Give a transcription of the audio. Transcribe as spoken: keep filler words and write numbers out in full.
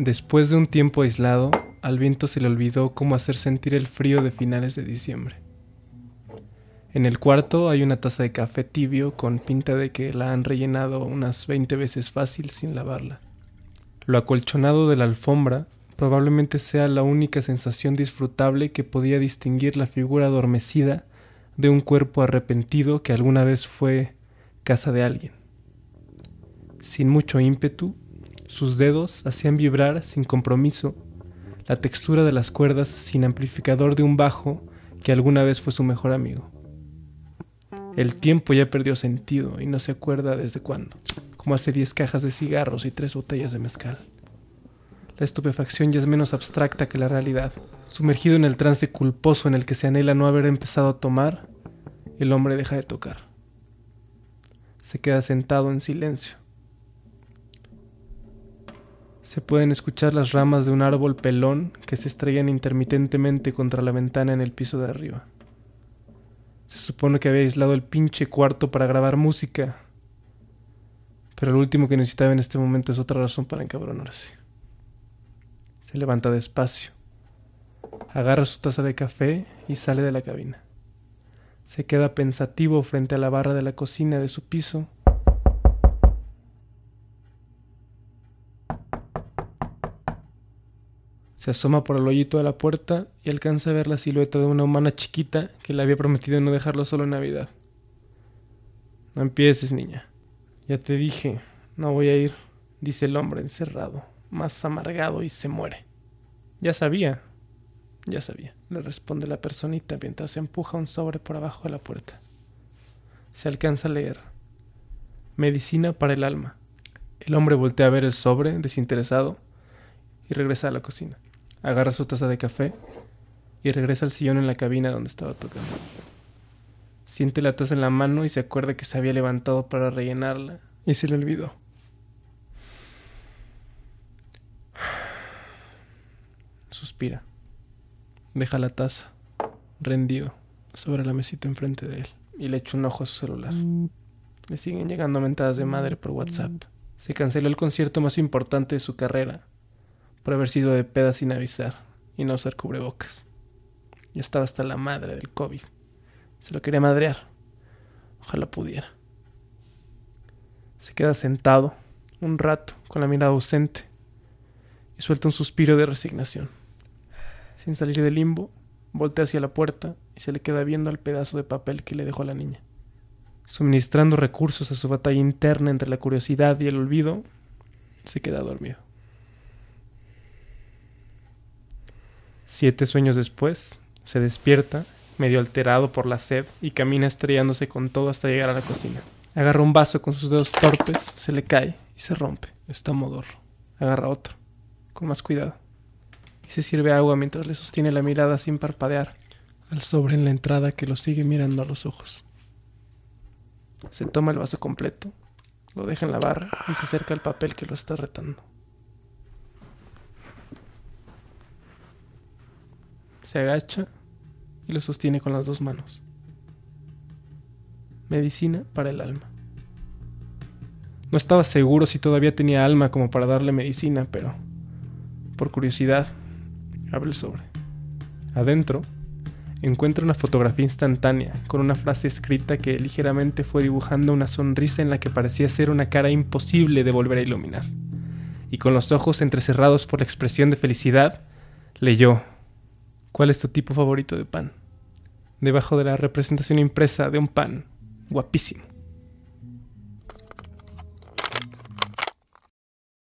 Después de un tiempo aislado, al viento se le olvidó cómo hacer sentir el frío de finales de diciembre. En el cuarto hay una taza de café tibio con pinta de que la han rellenado unas veinte veces fácil sin lavarla. Lo acolchonado de la alfombra probablemente sea la única sensación disfrutable que podía distinguir la figura adormecida de un cuerpo arrepentido que alguna vez fue casa de alguien. Sin mucho ímpetu, sus dedos hacían vibrar sin compromiso la textura de las cuerdas sin amplificador de un bajo que alguna vez fue su mejor amigo. El tiempo ya perdió sentido y no se acuerda desde cuándo, como hace diez cajas de cigarros y tres botellas de mezcal. La estupefacción ya es menos abstracta que la realidad. Sumergido en el trance culposo en el que se anhela no haber empezado a tomar, el hombre deja de tocar. Se queda sentado en silencio. Se pueden escuchar las ramas de un árbol pelón que se estrellan intermitentemente contra la ventana en el piso de arriba. Se supone que había aislado el pinche cuarto para grabar música, pero lo último que necesitaba en este momento es otra razón para encabronarse. Se levanta despacio, agarra su taza de café y sale de la cabina. Se queda pensativo frente a la barra de la cocina de su piso. Se asoma por el hoyito de la puerta y alcanza a ver la silueta de una humana chiquita que le había prometido no dejarlo solo en Navidad. No empieces, niña. Ya te dije, no voy a ir, dice el hombre encerrado, más amargado, y se muere. Ya sabía, ya sabía, le responde la personita mientras se empuja un sobre por abajo de la puerta. Se alcanza a leer: medicina para el alma. El hombre voltea a ver el sobre, desinteresado, y regresa a la cocina. Agarra su taza de café y regresa al sillón en la cabina donde estaba tocando. Siente la taza en la mano y se acuerda que se había levantado para rellenarla y se le olvidó. Suspira. Deja la taza, rendido, sobre la mesita enfrente de él y le echa un ojo a su celular. Le siguen llegando mentadas de madre por WhatsApp. Se canceló el concierto más importante de su carrera por haber sido de peda sin avisar y no usar cubrebocas. Ya estaba hasta la madre del COVID. Se lo quería madrear. Ojalá pudiera. Se queda sentado un rato con la mirada ausente y suelta un suspiro de resignación. Sin salir del limbo, voltea hacia la puerta y se le queda viendo al pedazo de papel que le dejó la niña. Suministrando recursos a su batalla interna entre la curiosidad y el olvido, se queda dormido. Siete sueños después, se despierta, medio alterado por la sed, y camina estrellándose con todo hasta llegar a la cocina. Agarra un vaso con sus dedos torpes, se le cae y se rompe. Está modorro. Agarra otro, con más cuidado, y se sirve agua mientras le sostiene la mirada sin parpadear al sobre en la entrada que lo sigue mirando a los ojos. Se toma el vaso completo, lo deja en la barra y se acerca al papel que lo está retando. Se agacha y lo sostiene con las dos manos. Medicina para el alma. No estaba seguro si todavía tenía alma como para darle medicina, pero por curiosidad abre el sobre. Adentro encuentra una fotografía instantánea con una frase escrita que ligeramente fue dibujando una sonrisa en la que parecía ser una cara imposible de volver a iluminar. Y con los ojos entrecerrados por la expresión de felicidad, leyó: ¿cuál es tu tipo favorito de pan? Debajo de la representación impresa de un pan guapísimo.